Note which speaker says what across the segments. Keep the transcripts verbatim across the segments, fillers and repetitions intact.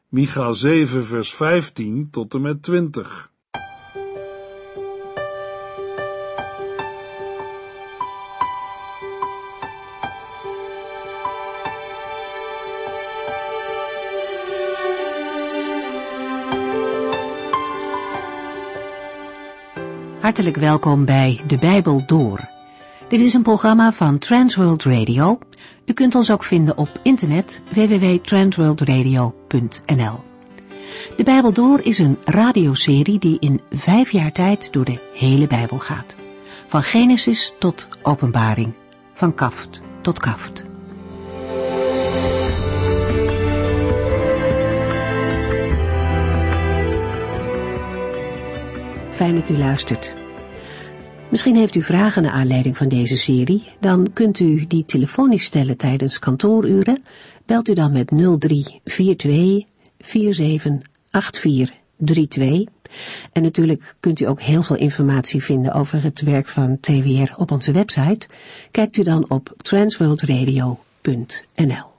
Speaker 1: Micha zeven vers vijftien tot en met twintig.
Speaker 2: Hartelijk welkom bij De Bijbel Door. Dit is een programma van Transworld Radio. U kunt ons ook vinden op internet w w w punt transworld radio punt n l. De Bijbel Door is een radioserie die in vijf jaar tijd door de hele Bijbel gaat. Van Genesis tot Openbaring, van kaft tot kaft. Fijn dat u luistert. Misschien heeft u vragen naar aanleiding van deze serie, dan kunt u die telefonisch stellen tijdens kantooruren. Belt u dan met nul drie vier twee vier zeven acht vier drie twee. En natuurlijk kunt u ook heel veel informatie vinden over het werk van T W R op onze website. Kijkt u dan op transworld radio punt n l.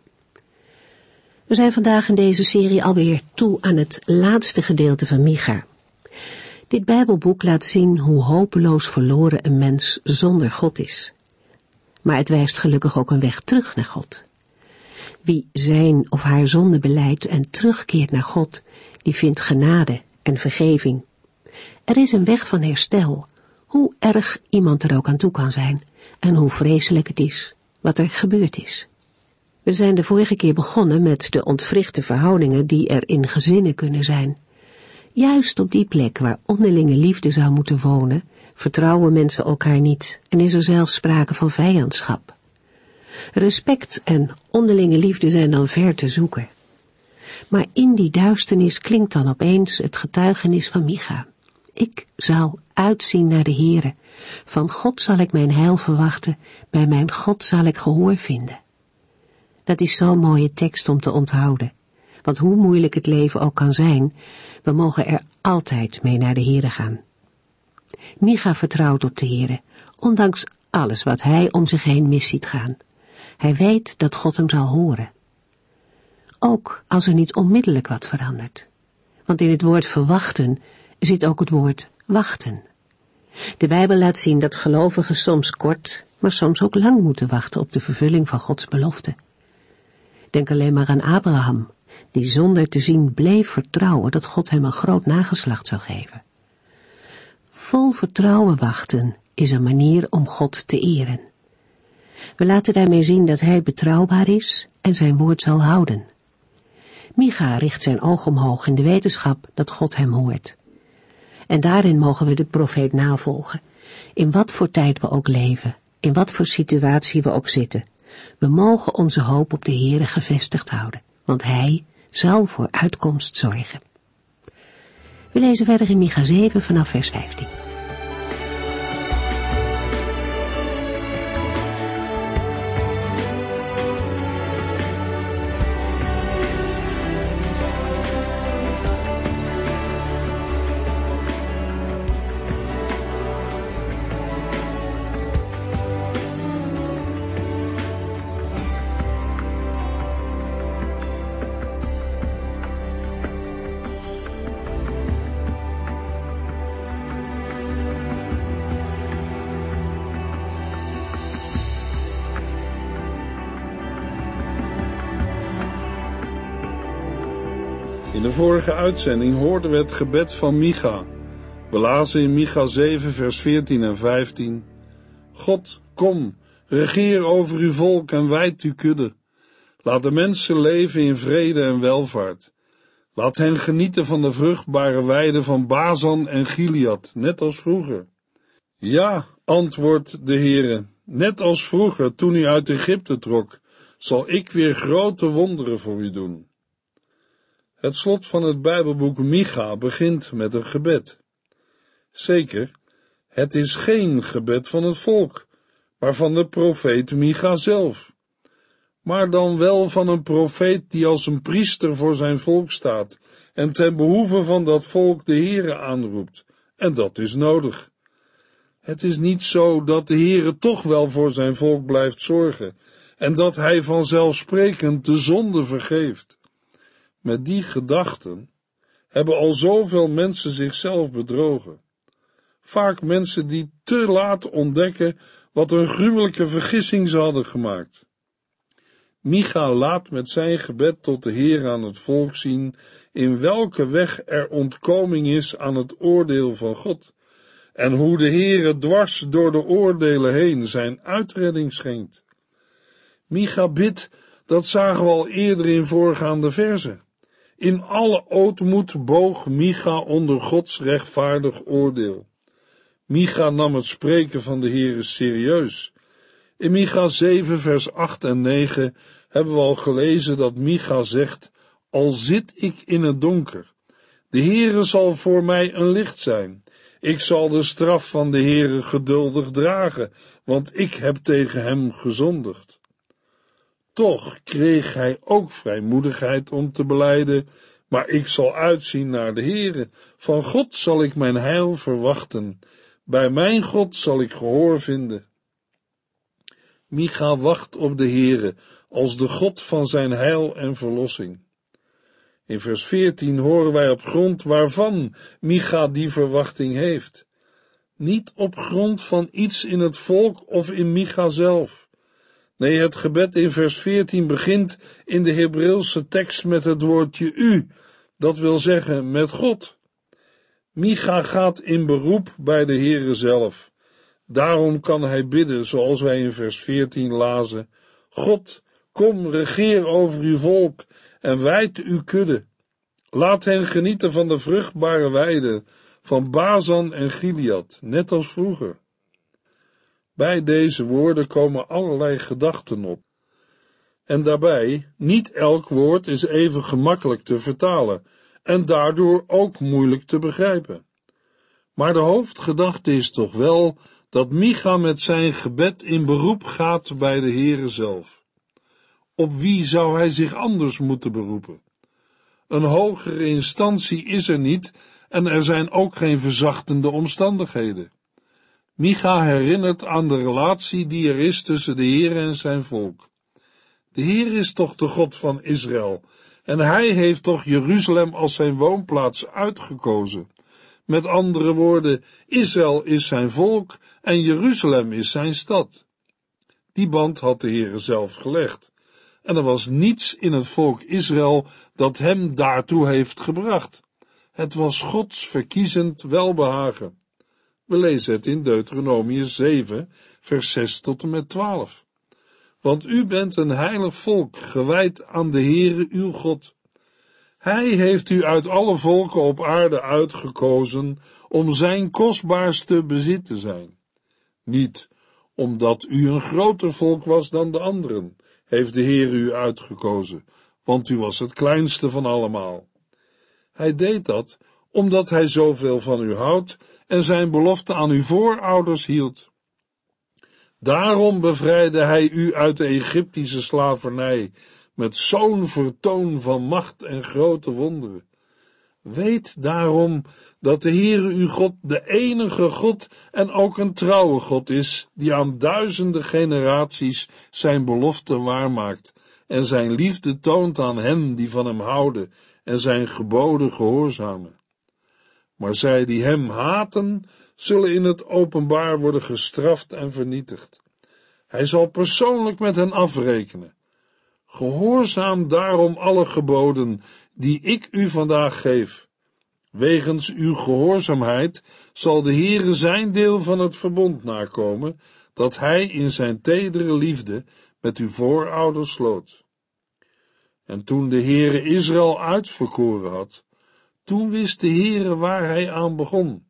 Speaker 2: We zijn vandaag in deze serie alweer toe aan het laatste gedeelte van Micha. Dit Bijbelboek laat zien hoe hopeloos verloren een mens zonder God is. Maar het wijst gelukkig ook een weg terug naar God. Wie zijn of haar zonde belijdt en terugkeert naar God, die vindt genade en vergeving. Er is een weg van herstel, hoe erg iemand er ook aan toe kan zijn en hoe vreselijk het is wat er gebeurd is. We zijn de vorige keer begonnen met de ontwrichte verhoudingen die er in gezinnen kunnen zijn. Juist op die plek waar onderlinge liefde zou moeten wonen, vertrouwen mensen elkaar niet en is er zelfs sprake van vijandschap. Respect en onderlinge liefde zijn dan ver te zoeken. Maar in die duisternis klinkt dan opeens het getuigenis van Micha. Ik zal uitzien naar de Heere. Van God zal ik mijn heil verwachten, bij mijn God zal ik gehoor vinden. Dat is zo'n mooie tekst om te onthouden. Want hoe moeilijk het leven ook kan zijn, we mogen er altijd mee naar de Heere gaan. Micha vertrouwt op de Heere, ondanks alles wat hij om zich heen mis ziet gaan. Hij weet dat God hem zal horen. Ook als er niet onmiddellijk wat verandert. Want in het woord verwachten zit ook het woord wachten. De Bijbel laat zien dat gelovigen soms kort, maar soms ook lang moeten wachten op de vervulling van Gods belofte. Denk alleen maar aan Abraham, die zonder te zien bleef vertrouwen dat God hem een groot nageslacht zou geven. Vol vertrouwen wachten is een manier om God te eren. We laten daarmee zien dat hij betrouwbaar is en zijn woord zal houden. Micha richt zijn oog omhoog in de wetenschap dat God hem hoort. En daarin mogen we de profeet navolgen, in wat voor tijd we ook leven, in wat voor situatie we ook zitten. We mogen onze hoop op de Heere gevestigd houden, want hij zal voor uitkomst zorgen. We lezen verder in Micha zeven vanaf vers vijftien.
Speaker 1: In de vorige uitzending hoorden we het gebed van Micha. We lazen in Micha zeven vers veertien en vijftien. God, kom, regeer over uw volk en wijd uw kudde. Laat de mensen leven in vrede en welvaart. Laat hen genieten van de vruchtbare weiden van Bazan en Gilead, net als vroeger. Ja, antwoordt de Heere, net als vroeger toen u uit Egypte trok, zal ik weer grote wonderen voor u doen. Het slot van het Bijbelboek Micha begint met een gebed. Zeker, het is geen gebed van het volk, maar van de profeet Micha zelf. Maar dan wel van een profeet die als een priester voor zijn volk staat en ten behoeve van dat volk de Heere aanroept. En dat is nodig. Het is niet zo dat de Heere toch wel voor zijn volk blijft zorgen en dat hij vanzelfsprekend de zonde vergeeft. Met die gedachten hebben al zoveel mensen zichzelf bedrogen. Vaak mensen die te laat ontdekken wat een gruwelijke vergissing ze hadden gemaakt. Micha laat met zijn gebed tot de Heer aan het volk zien in welke weg er ontkoming is aan het oordeel van God en hoe de Heere dwars door de oordelen heen zijn uitredding schenkt. Micha bidt, dat zagen we al eerder in voorgaande verzen. In alle ootmoed boog Micha onder Gods rechtvaardig oordeel. Micha nam het spreken van de Heere serieus. In Micha zeven vers acht en negen hebben we al gelezen dat Micha zegt, al zit ik in het donker, de Heere zal voor mij een licht zijn. Ik zal de straf van de Heere geduldig dragen, want ik heb tegen hem gezondigd. Toch kreeg hij ook vrijmoedigheid om te belijden, maar ik zal uitzien naar de Heere. Van God zal ik mijn heil verwachten. Bij mijn God zal ik gehoor vinden. Micha wacht op de Heere als de God van zijn heil en verlossing. In vers veertien horen wij op grond waarvan Micha die verwachting heeft. Niet op grond van iets in het volk of in Micha zelf. Nee, het gebed in vers veertien begint in de Hebreeuwse tekst met het woordje u, dat wil zeggen met God. Micha gaat in beroep bij de Heere zelf. Daarom kan hij bidden, zoals wij in vers veertien lazen, God, kom, regeer over uw volk en wijd uw kudde. Laat hen genieten van de vruchtbare weiden van Bazan en Gilead, net als vroeger. Bij deze woorden komen allerlei gedachten op. En daarbij, niet elk woord is even gemakkelijk te vertalen en daardoor ook moeilijk te begrijpen. Maar de hoofdgedachte is toch wel dat Micha met zijn gebed in beroep gaat bij de Heere zelf. Op wie zou hij zich anders moeten beroepen? Een hogere instantie is er niet en er zijn ook geen verzachtende omstandigheden. Micha herinnert aan de relatie die er is tussen de Heer en zijn volk. De Heer is toch de God van Israël en hij heeft toch Jeruzalem als zijn woonplaats uitgekozen. Met andere woorden, Israël is zijn volk en Jeruzalem is zijn stad. Die band had de Heer zelf gelegd. En er was niets in het volk Israël dat hem daartoe heeft gebracht. Het was Gods verkiezend welbehagen. We lezen het in Deuteronomium zeven, vers zes tot en met twaalf. Want u bent een heilig volk, gewijd aan de Heere uw God. Hij heeft u uit alle volken op aarde uitgekozen om zijn kostbaarste bezit te zijn. Niet omdat u een groter volk was dan de anderen, heeft de Heer u uitgekozen, want u was het kleinste van allemaal. Hij deed dat omdat hij zoveel van u houdt en zijn belofte aan uw voorouders hield. Daarom bevrijdde hij u uit de Egyptische slavernij, met zo'n vertoon van macht en grote wonderen. Weet daarom dat de Heere uw God de enige God en ook een trouwe God is, die aan duizenden generaties zijn belofte waarmaakt en zijn liefde toont aan hen die van hem houden en zijn geboden gehoorzamen. Maar zij die hem haten, zullen in het openbaar worden gestraft en vernietigd. Hij zal persoonlijk met hen afrekenen. Gehoorzaam daarom alle geboden die ik u vandaag geef. Wegens uw gehoorzaamheid zal de Heere zijn deel van het verbond nakomen, dat hij in zijn tedere liefde met uw voorouders sloot. En toen de Heere Israël uitverkoren had, toen wist de Heere waar hij aan begon.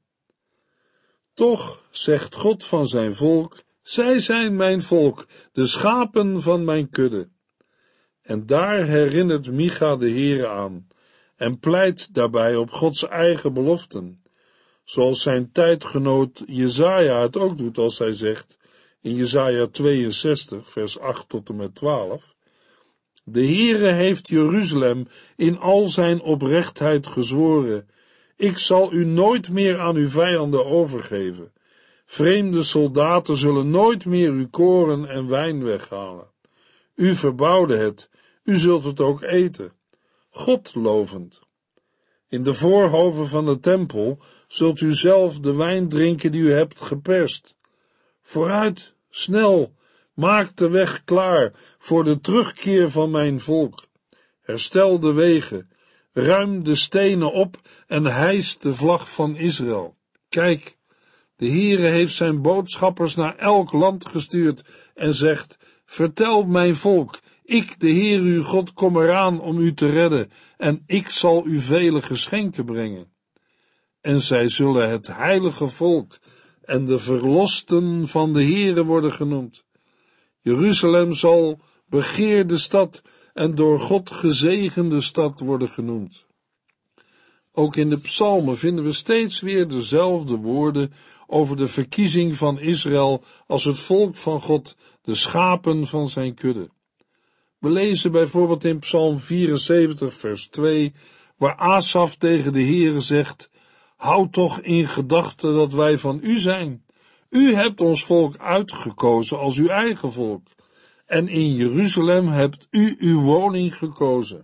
Speaker 1: Toch zegt God van zijn volk, zij zijn mijn volk, de schapen van mijn kudde. En daar herinnert Micha de Heere aan en pleit daarbij op Gods eigen beloften, zoals zijn tijdgenoot Jesaja het ook doet als hij zegt in Jesaja tweeënzestig vers acht tot en met twaalf, de Heere heeft Jeruzalem in al zijn oprechtheid gezworen, ik zal u nooit meer aan uw vijanden overgeven, vreemde soldaten zullen nooit meer uw koren en wijn weghalen. U verbouwde het, u zult het ook eten. God lovend. In de voorhoven van de tempel zult u zelf de wijn drinken die u hebt geperst. Vooruit, snel, maak de weg klaar voor de terugkeer van mijn volk. Herstel de wegen, ruim de stenen op en hijs de vlag van Israël. Kijk, de Heere heeft zijn boodschappers naar elk land gestuurd en zegt, vertel mijn volk, ik, de Heer uw God, kom eraan om u te redden en ik zal u vele geschenken brengen. En zij zullen het heilige volk en de verlosten van de Heere worden genoemd. Jeruzalem zal begeerde stad en door God gezegende stad worden genoemd. Ook in de psalmen vinden we steeds weer dezelfde woorden over de verkiezing van Israël als het volk van God, de schapen van zijn kudde. We lezen bijvoorbeeld in Psalm vierenzeventig vers twee, waar Asaf tegen de Heere zegt, houd toch in gedachten dat wij van u zijn. U hebt ons volk uitgekozen als uw eigen volk. En in Jeruzalem hebt u uw woning gekozen.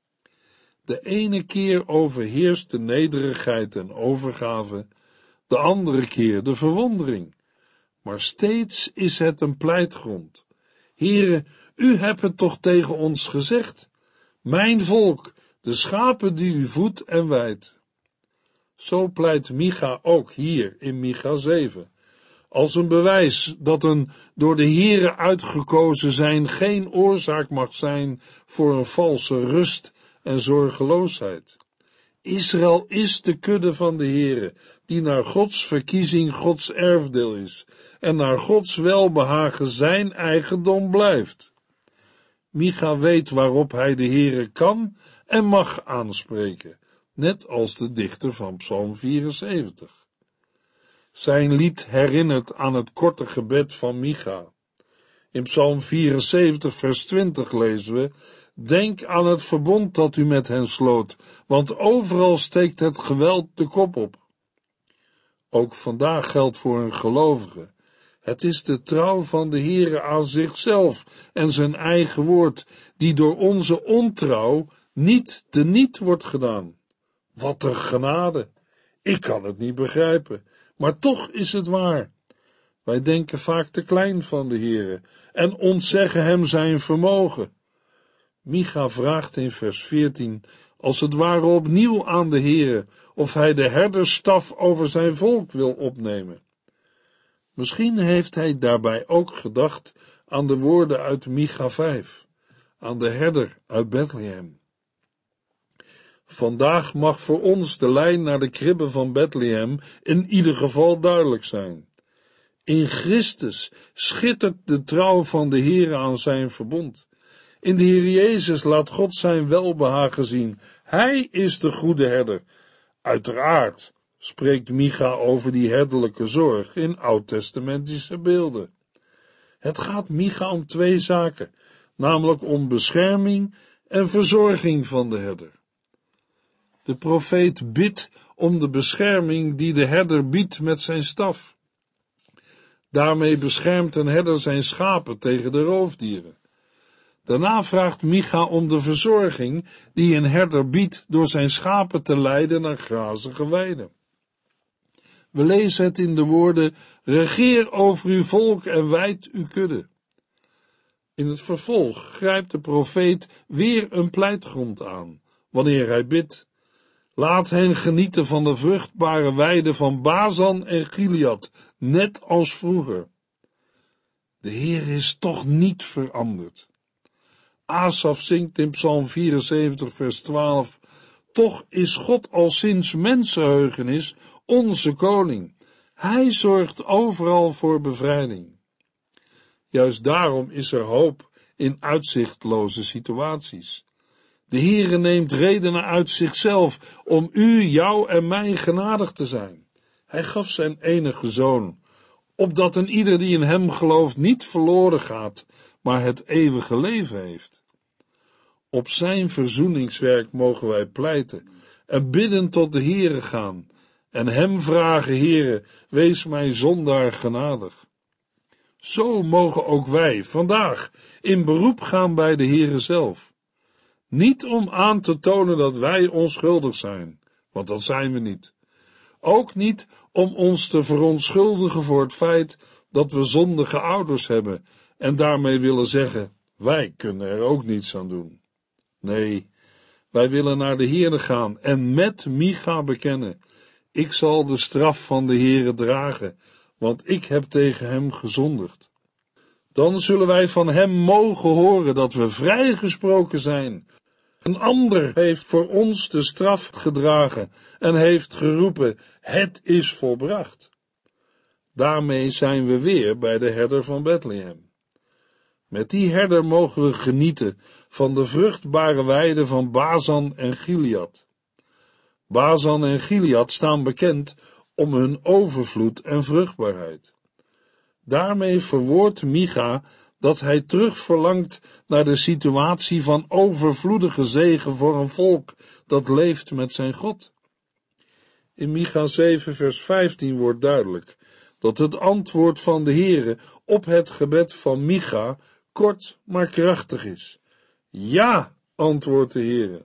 Speaker 1: De ene keer overheerst de nederigheid en overgave, de andere keer de verwondering. Maar steeds is het een pleitgrond. Heere, u hebt het toch tegen ons gezegd? Mijn volk, de schapen die u voedt en weidt. Zo pleit Micha ook hier in Micha zeven. Als een bewijs dat een door de Heere uitgekozen zijn geen oorzaak mag zijn voor een valse rust en zorgeloosheid. Israël is de kudde van de Heere, die naar Gods verkiezing Gods erfdeel is en naar Gods welbehagen zijn eigendom blijft. Micha weet waarop hij de Heere kan en mag aanspreken, net als de dichter van Psalm vierenzeventig. Zijn lied herinnert aan het korte gebed van Micha. In Psalm vierenzeventig vers twintig lezen we, denk aan het verbond dat u met hen sloot, want overal steekt het geweld de kop op. Ook vandaag geldt voor een gelovige. Het is de trouw van de Heere aan zichzelf en zijn eigen woord, die door onze ontrouw niet teniet wordt gedaan. Wat een genade! Ik kan het niet begrijpen, maar toch is het waar. Wij denken vaak te klein van de Heere en ontzeggen hem zijn vermogen. Micha vraagt in vers veertien, als het ware opnieuw aan de Heere, of hij de herdersstaf over zijn volk wil opnemen. Misschien heeft hij daarbij ook gedacht aan de woorden uit Micha vijf, aan de herder uit Bethlehem. Vandaag mag voor ons de lijn naar de kribbe van Bethlehem in ieder geval duidelijk zijn. In Christus schittert de trouw van de Heere aan zijn verbond. In de Heer Jezus laat God zijn welbehagen zien. Hij is de goede herder. Uiteraard spreekt Micha over die herderlijke zorg in oud-testamentische beelden. Het gaat Micha om twee zaken, namelijk om bescherming en verzorging van de herder. De profeet bidt om de bescherming die de herder biedt met zijn staf. Daarmee beschermt een herder zijn schapen tegen de roofdieren. Daarna vraagt Micha om de verzorging die een herder biedt door zijn schapen te leiden naar grazige weiden. We lezen het in de woorden, regeer over uw volk en wijd uw kudde. In het vervolg grijpt de profeet weer een pleitgrond aan, wanneer hij bidt, laat hen genieten van de vruchtbare weiden van Bazan en Gilead, net als vroeger. De Heer is toch niet veranderd. Asaf zingt in Psalm vierenzeventig vers twaalf, toch is God al sinds mensenheugenis onze koning. Hij zorgt overal voor bevrijding. Juist daarom is er hoop in uitzichtloze situaties. De Heere neemt redenen uit zichzelf om u, jou en mij genadig te zijn. Hij gaf zijn enige zoon, opdat een ieder die in hem gelooft niet verloren gaat, maar het eeuwige leven heeft. Op zijn verzoeningswerk mogen wij pleiten en bidden tot de Heere gaan en hem vragen, Heere, wees mij zondaar genadig. Zo mogen ook wij vandaag in beroep gaan bij de Heere zelf. Niet om aan te tonen dat wij onschuldig zijn, want dat zijn we niet. Ook niet om ons te verontschuldigen voor het feit dat we zondige ouders hebben en daarmee willen zeggen, wij kunnen er ook niets aan doen. Nee, wij willen naar de Heere gaan en met Micha bekennen, ik zal de straf van de Heere dragen, want ik heb tegen hem gezondigd. Dan zullen wij van hem mogen horen dat we vrijgesproken zijn. Een ander heeft voor ons de straf gedragen en heeft geroepen, het is volbracht. Daarmee zijn we weer bij de herder van Bethlehem. Met die herder mogen we genieten van de vruchtbare weiden van Bazan en Gilead. Bazan en Gilead staan bekend om hun overvloed en vruchtbaarheid. Daarmee verwoordt Micha dat hij terug verlangt naar de situatie van overvloedige zegen voor een volk dat leeft met zijn God. In Micha zeven vers vijftien wordt duidelijk dat het antwoord van de Heere op het gebed van Micha kort maar krachtig is. Ja, antwoordt de Heere.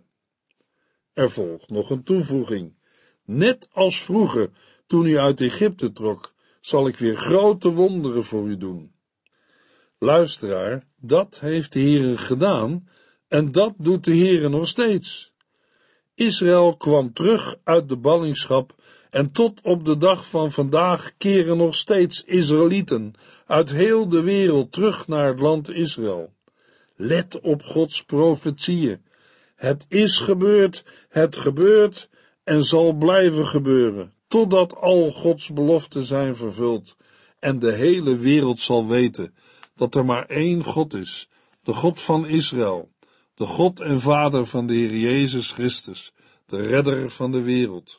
Speaker 1: Er volgt nog een toevoeging. Net als vroeger, toen u uit Egypte trok, zal ik weer grote wonderen voor u doen. Luisteraar, dat heeft de Heere gedaan en dat doet de Heere nog steeds. Israël kwam terug uit de ballingschap en tot op de dag van vandaag keren nog steeds Israëlieten uit heel de wereld terug naar het land Israël. Let op Gods profetieën. Het is gebeurd, het gebeurt en zal blijven gebeuren, totdat al Gods beloften zijn vervuld en de hele wereld zal weten dat er maar één God is, de God van Israël, de God en Vader van de Heer Jezus Christus, de redder van de wereld.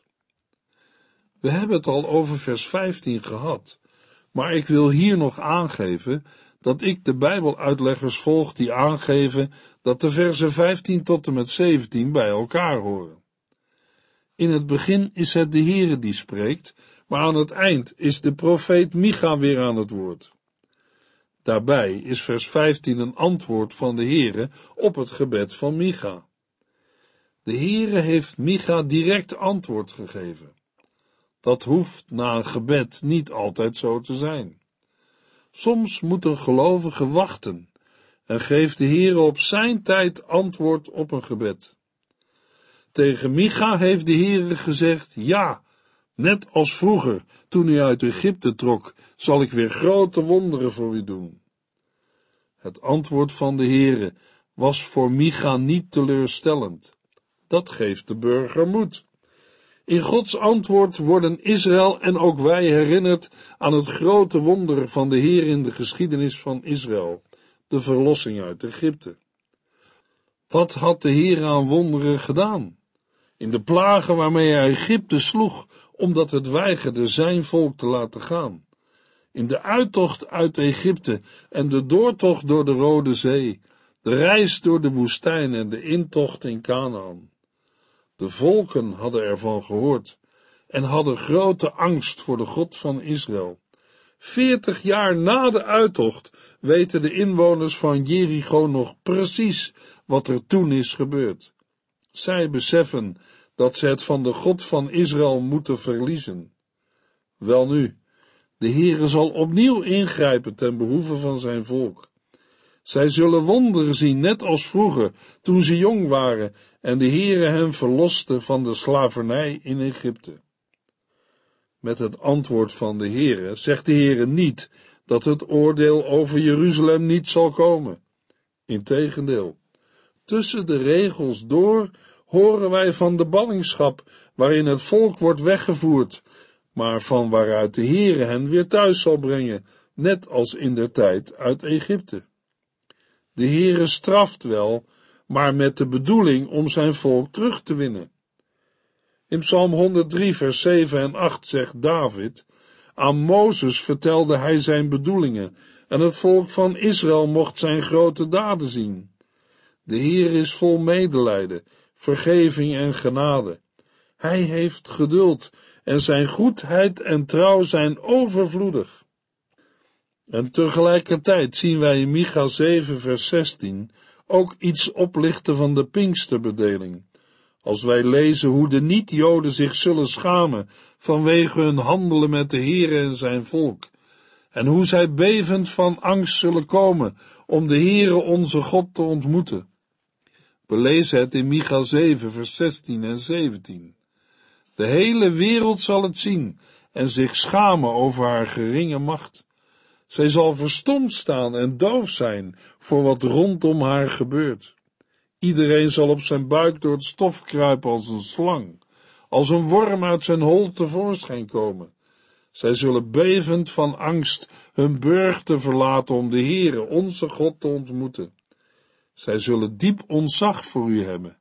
Speaker 1: We hebben het al over vers vijftien gehad, maar ik wil hier nog aangeven dat ik de Bijbeluitleggers volg die aangeven dat de versen vijftien tot en met zeventien bij elkaar horen. In het begin is het de Heere die spreekt, maar aan het eind is de profeet Micha weer aan het woord. Daarbij is vers vijftien een antwoord van de Heere op het gebed van Micha. De Heere heeft Micha direct antwoord gegeven. Dat hoeft na een gebed niet altijd zo te zijn. Soms moet een gelovige wachten en geeft de Heere op zijn tijd antwoord op een gebed. Tegen Micha heeft de Heere gezegd, ja, net als vroeger, toen u uit Egypte trok, zal ik weer grote wonderen voor u doen. Het antwoord van de Heere was voor Micha niet teleurstellend. Dat geeft de burger moed. In Gods antwoord worden Israël en ook wij herinnerd aan het grote wonder van de Heer in de geschiedenis van Israël, de verlossing uit Egypte. Wat had de Heer aan wonderen gedaan? In de plagen waarmee hij Egypte sloeg, omdat het weigerde zijn volk te laten gaan. In de uittocht uit Egypte en de doortocht door de Rode Zee, de reis door de woestijn en de intocht in Kanaan. De volken hadden ervan gehoord en hadden grote angst voor de God van Israël. Veertig jaar na de uittocht weten de inwoners van Jericho nog precies wat er toen is gebeurd. Zij beseffen dat ze het van de God van Israël moeten verliezen. Welnu, de Heere zal opnieuw ingrijpen ten behoeve van zijn volk. Zij zullen wonderen zien, net als vroeger, toen ze jong waren en de Heere hen verloste van de slavernij in Egypte. Met het antwoord van de Heere zegt de Heere niet dat het oordeel over Jeruzalem niet zal komen. Integendeel, tussen de regels door horen wij van de ballingschap waarin het volk wordt weggevoerd, maar van waaruit de Heere hen weer thuis zal brengen, net als in der tijd uit Egypte. De Heere straft wel, maar met de bedoeling om zijn volk terug te winnen. In Psalm honderddrie vers zeven en acht zegt David, aan Mozes vertelde hij zijn bedoelingen en het volk van Israël mocht zijn grote daden zien. De Heer is vol medelijden, vergeving en genade. Hij heeft geduld en zijn goedheid en trouw zijn overvloedig. En tegelijkertijd zien wij in Micha zeven vers zestien ook iets oplichten van de Pinksterbedeling, als wij lezen hoe de niet-Joden zich zullen schamen vanwege hun handelen met de Heere en zijn volk, en hoe zij bevend van angst zullen komen om de Heere onze God te ontmoeten. We lezen het in Micha zeven, vers zestien en zeventien. De hele wereld zal het zien en zich schamen over haar geringe macht. Zij zal verstomd staan en doof zijn voor wat rondom haar gebeurt. Iedereen zal op zijn buik door het stof kruipen als een slang, als een worm uit zijn hol tevoorschijn komen. Zij zullen bevend van angst hun burchten verlaten om de Heere, onze God, te ontmoeten. Zij zullen diep ontzag voor u hebben.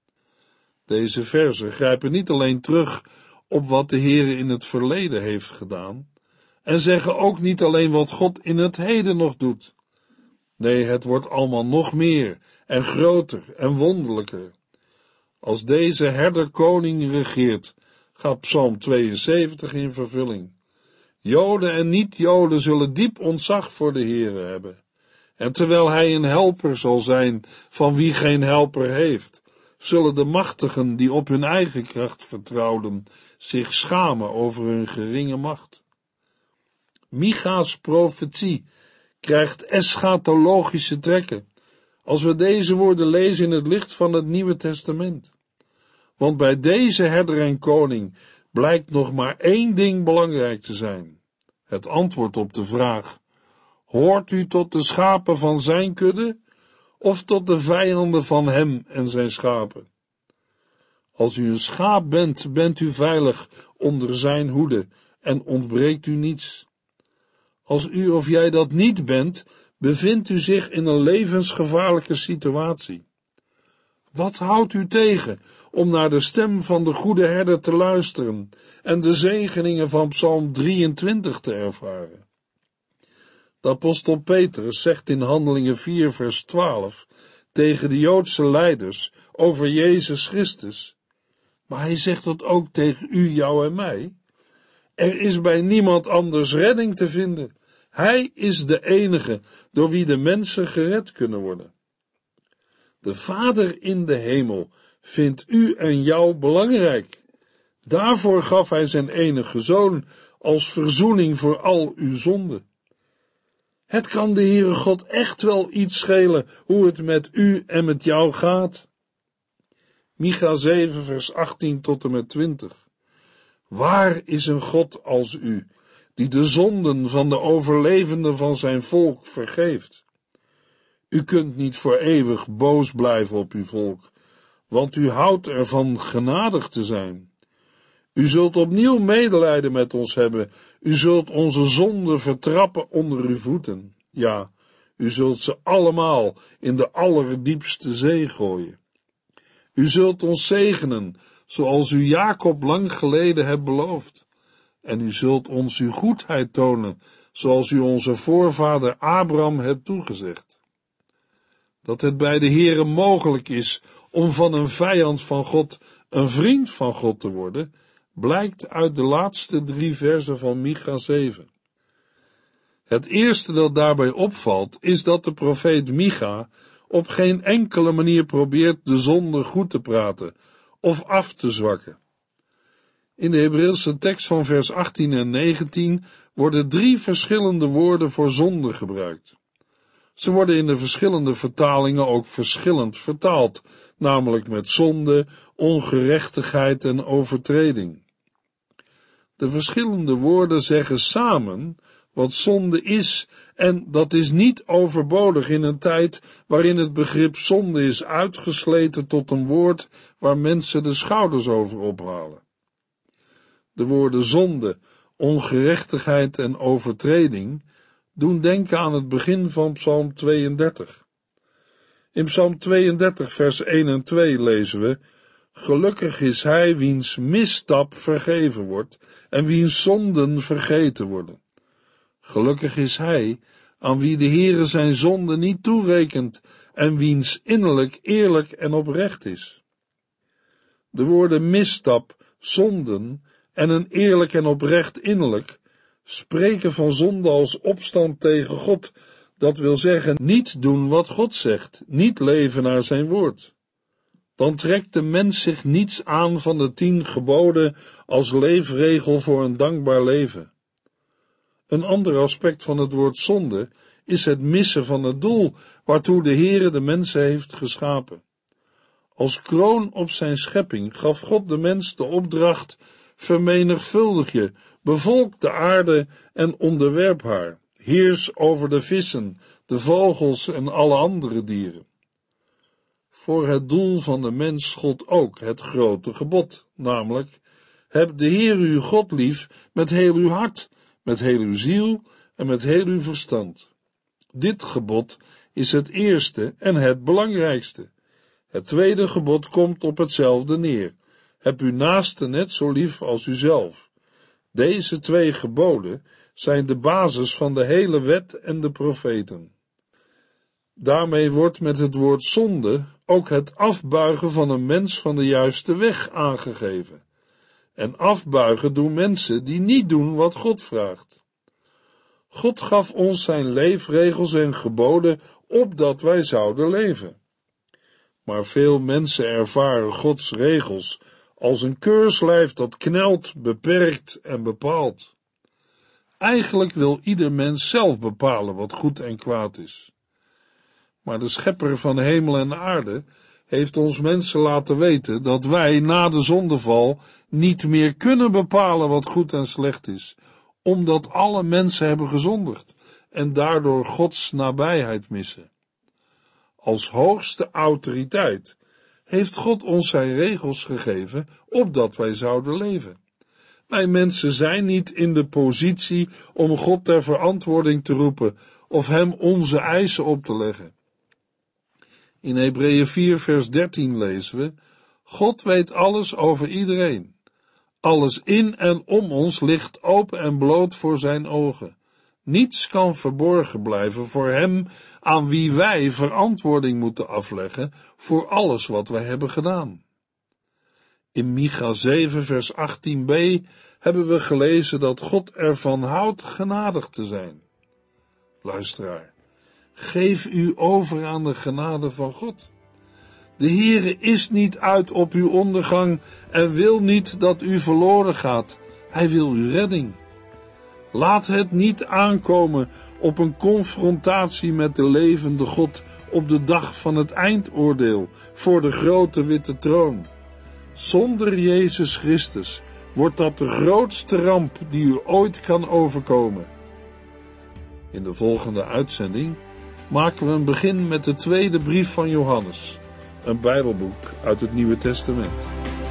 Speaker 1: Deze verzen grijpen niet alleen terug op wat de Heere in het verleden heeft gedaan, en zeggen ook niet alleen wat God in het heden nog doet. Nee, het wordt allemaal nog meer en groter en wonderlijker. Als deze herder-koning regeert, gaat Psalm tweeënzeventig in vervulling. Joden en niet-Joden zullen diep ontzag voor de Heere hebben. En terwijl hij een helper zal zijn van wie geen helper heeft, zullen de machtigen die op hun eigen kracht vertrouwden zich schamen over hun geringe macht. Micha's profetie krijgt eschatologische trekken, als we deze woorden lezen in het licht van het Nieuwe Testament. Want bij deze herder en koning blijkt nog maar één ding belangrijk te zijn. Het antwoord op de vraag: hoort u tot de schapen van zijn kudde, of tot de vijanden van hem en zijn schapen? Als u een schaap bent, bent u veilig onder zijn hoede en ontbreekt u niets. Als u of jij dat niet bent, bevindt u zich in een levensgevaarlijke situatie. Wat houdt u tegen om naar de stem van de goede herder te luisteren en de zegeningen van Psalm drieëntwintig te ervaren? De apostel Petrus zegt in Handelingen vier, vers twaalf tegen de Joodse leiders over Jezus Christus, maar hij zegt dat ook tegen u, jou en mij. Er is bij niemand anders redding te vinden. Hij is de enige door wie de mensen gered kunnen worden. De Vader in de hemel vindt u en jou belangrijk. Daarvoor gaf hij zijn enige zoon als verzoening voor al uw zonden. Het kan de Heere God echt wel iets schelen hoe het met u en met jou gaat. Micha zeven, vers achttien tot en met twintig. Waar is een God als u, die de zonden van de overlevenden van zijn volk vergeeft? U kunt niet voor eeuwig boos blijven op uw volk, want u houdt ervan genadig te zijn. U zult opnieuw medelijden met ons hebben, u zult onze zonden vertrappen onder uw voeten. Ja, u zult ze allemaal in de allerdiepste zee gooien. U zult ons zegenen, zoals u Jacob lang geleden hebt beloofd. En u zult ons uw goedheid tonen, zoals u onze voorvader Abraham hebt toegezegd. Dat het bij de Heere mogelijk is om van een vijand van God een vriend van God te worden, blijkt uit de laatste drie versen van Micha zeven. Het eerste dat daarbij opvalt, is dat de profeet Micha op geen enkele manier probeert de zonde goed te praten of af te zwakken. In de Hebreeuwse tekst van vers achttien en negentien worden drie verschillende woorden voor zonde gebruikt. Ze worden in de verschillende vertalingen ook verschillend vertaald, namelijk met zonde, ongerechtigheid en overtreding. De verschillende woorden zeggen samen wat zonde is, en dat is niet overbodig in een tijd waarin het begrip zonde is uitgesleten tot een woord waar mensen de schouders over ophalen. De woorden zonde, ongerechtigheid en overtreding doen denken aan het begin van Psalm tweeëndertig. In Psalm tweeëndertig, vers één en twee lezen we: gelukkig is hij wiens misstap vergeven wordt en wiens zonden vergeten worden. Gelukkig is hij aan wie de Heere zijn zonde niet toerekent en wiens innerlijk eerlijk en oprecht is. De woorden misstap, zonden en een eerlijk en oprecht innerlijk spreken van zonde als opstand tegen God, Dat wil zeggen, niet doen wat God zegt, niet leven naar zijn woord. Dan trekt de mens zich niets aan van de tien geboden als leefregel voor een dankbaar leven. Een ander aspect van het woord zonde is het missen van het doel waartoe de Heere de mensen heeft geschapen. Als kroon op zijn schepping gaf God de mens de opdracht: vermenigvuldig je, bevolk de aarde en onderwerp haar. Heers over de vissen, de vogels en alle andere dieren. Voor het doel van de mens gold ook het grote gebod, namelijk: heb de Heer uw God lief met heel uw hart, met heel uw ziel en met heel uw verstand. Dit gebod is het eerste en het belangrijkste. Het tweede gebod komt op hetzelfde neer: heb uw naaste net zo lief als uzelf. Deze twee geboden zijn de basis van de hele wet en de profeten. Daarmee wordt met het woord zonde ook het afbuigen van een mens van de juiste weg aangegeven. En afbuigen doen mensen die niet doen wat God vraagt. God gaf ons zijn leefregels en geboden opdat wij zouden leven. Maar veel mensen ervaren Gods regels als een keurslijf dat knelt, beperkt en bepaalt. Eigenlijk wil ieder mens zelf bepalen wat goed en kwaad is. Maar de schepper van hemel en aarde heeft ons mensen laten weten dat wij na de zondeval niet meer kunnen bepalen wat goed en slecht is, omdat alle mensen hebben gezondigd en daardoor Gods nabijheid missen. Als hoogste autoriteit heeft God ons zijn regels gegeven, opdat wij zouden leven. Wij mensen zijn niet in de positie om God ter verantwoording te roepen of hem onze eisen op te leggen. In Hebreeën vier vers dertien lezen we: God weet alles over iedereen. Alles in en om ons ligt open en bloot voor zijn ogen. Niets kan verborgen blijven voor hem aan wie wij verantwoording moeten afleggen voor alles wat wij hebben gedaan. In Micha zeven vers achttien b hebben we gelezen dat God ervan houdt genadig te zijn. Luisteraar, geef u over aan de genade van God. De Heere is niet uit op uw ondergang en wil niet dat u verloren gaat. Hij wil uw redding. Laat het niet aankomen op een confrontatie met de levende God op de dag van het eindoordeel voor de grote witte troon. Zonder Jezus Christus wordt dat de grootste ramp die u ooit kan overkomen. In de volgende uitzending maken we een begin met de tweede brief van Johannes, een Bijbelboek uit het Nieuwe Testament.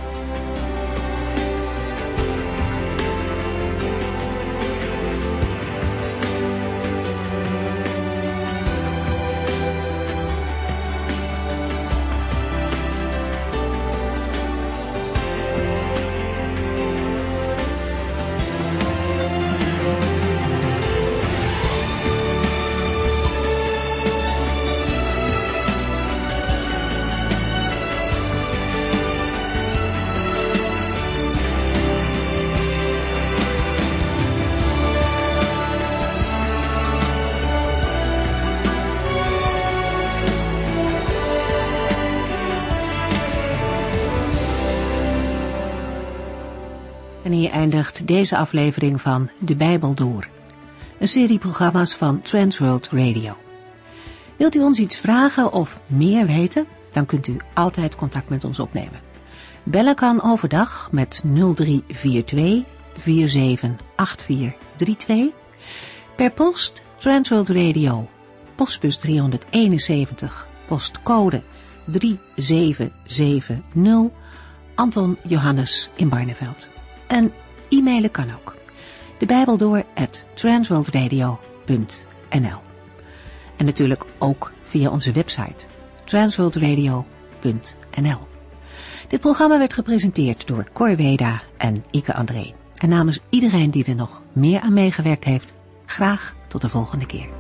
Speaker 2: En hier eindigt deze aflevering van De Bijbel Door, een serie programma's van Transworld Radio. Wilt u ons iets vragen of meer weten? Dan kunt u altijd contact met ons opnemen. Bellen kan overdag met nul drie vier twee vier zeven acht vier drie twee. Per post Transworld Radio, postbus driehonderdeenenzeventig, postcode drie zeven zeven nul, Anton Johannes in Barneveld. En e-mailen kan ook. De Bijbel door at transworldradio punt n l. En natuurlijk ook via onze website transworldradio punt n l. Dit programma werd gepresenteerd door Cor Weda en Ike André. En namens iedereen die er nog meer aan meegewerkt heeft, graag tot de volgende keer.